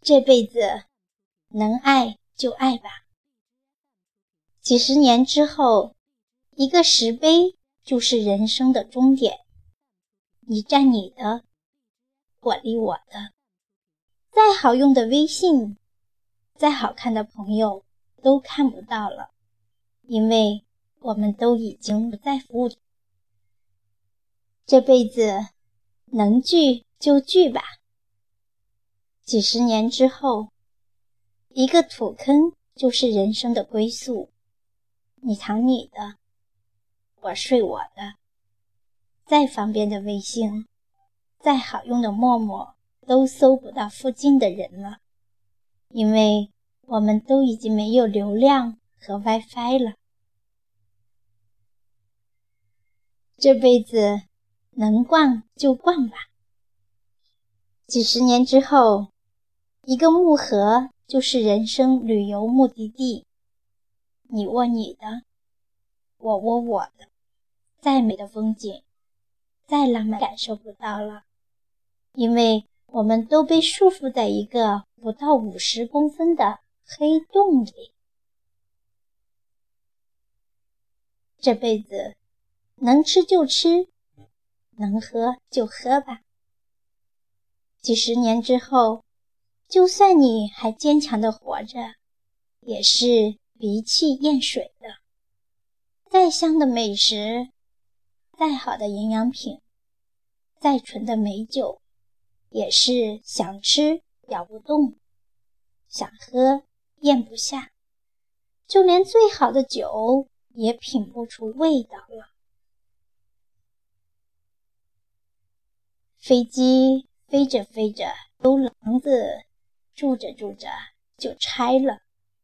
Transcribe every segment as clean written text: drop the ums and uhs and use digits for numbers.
这辈子能爱就爱吧。几十年之后，一个石碑就是人生的终点。你站你的，我立我的。再好用的微信，再好看的朋友都看不到了，因为我们都已经不在服务。这辈子能聚就聚吧。几十年之后，一个土坑就是人生的归宿。你躺你的，我睡我的。再方便的微信，再好用的陌陌，都搜不到附近的人了，因为我们都已经没有流量和 WiFi 了。这辈子能逛就逛吧。几十年之后，一个木盒就是人生旅游目的地。你握你的，我握我的。再美的风景，再浪漫感受不到了，因为我们都被束缚在一个不到50公分的黑洞里。这辈子能吃就吃，能喝就喝吧。几十年之后，就算你还坚强地活着，也是鼻气咽水的。再香的美食，再好的营养品，再纯的美酒，也是想吃咬不动，想喝咽不下，就连最好的酒也品不出味道了。飞机飞着飞着，房子住着住着就拆了。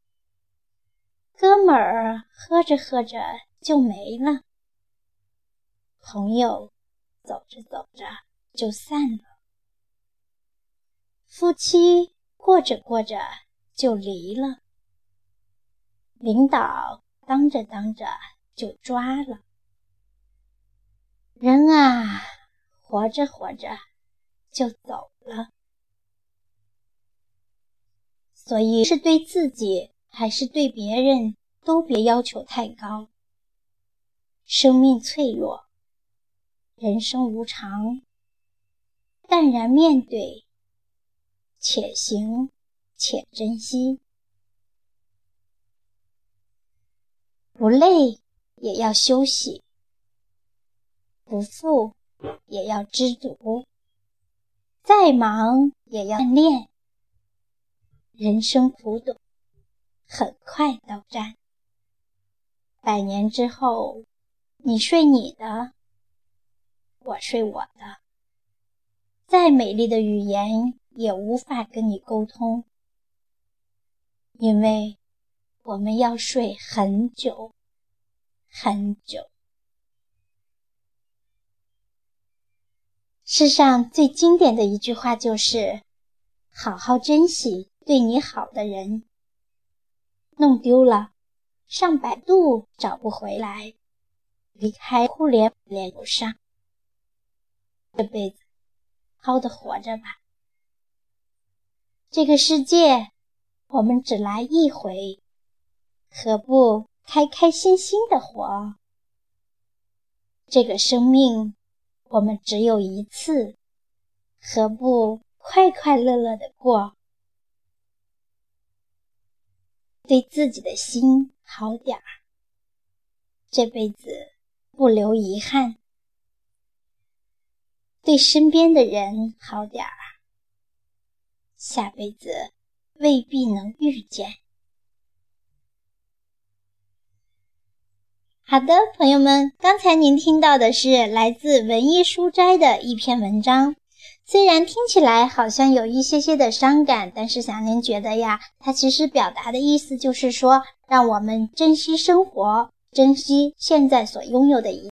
哥们儿喝着喝着就没了。朋友走着走着就散了。夫妻过着过着就离了。领导当着当着就抓了。人啊，活着活着就走了。所以是对自己还是对别人，都别要求太高。生命脆弱，人生无常，淡然面对，且行且珍惜。不累也要休息，不富也要知足，再忙也要练。人生苦短，很快到站。100年之后，你睡你的，我睡我的。再美丽的语言也无法跟你沟通，因为我们要睡很久很久。世上最经典的一句话就是：好好珍惜对你好的人，弄丢了上百度找不回来，离开互联连不上。这辈子好好的活着吧。这个世界我们只来一回，何不开开心心的活？这个生命我们只有一次，何不快快乐乐的过？对自己的心好点儿，这辈子不留遗憾。对身边的人好点儿，下辈子未必能遇见。好的，朋友们，刚才您听到的是来自文艺书斋的一篇文章。虽然听起来好像有一些的伤感，但是小宁觉得呀，它其实表达的意思就是说，让我们珍惜生活，珍惜现在所拥有的一切。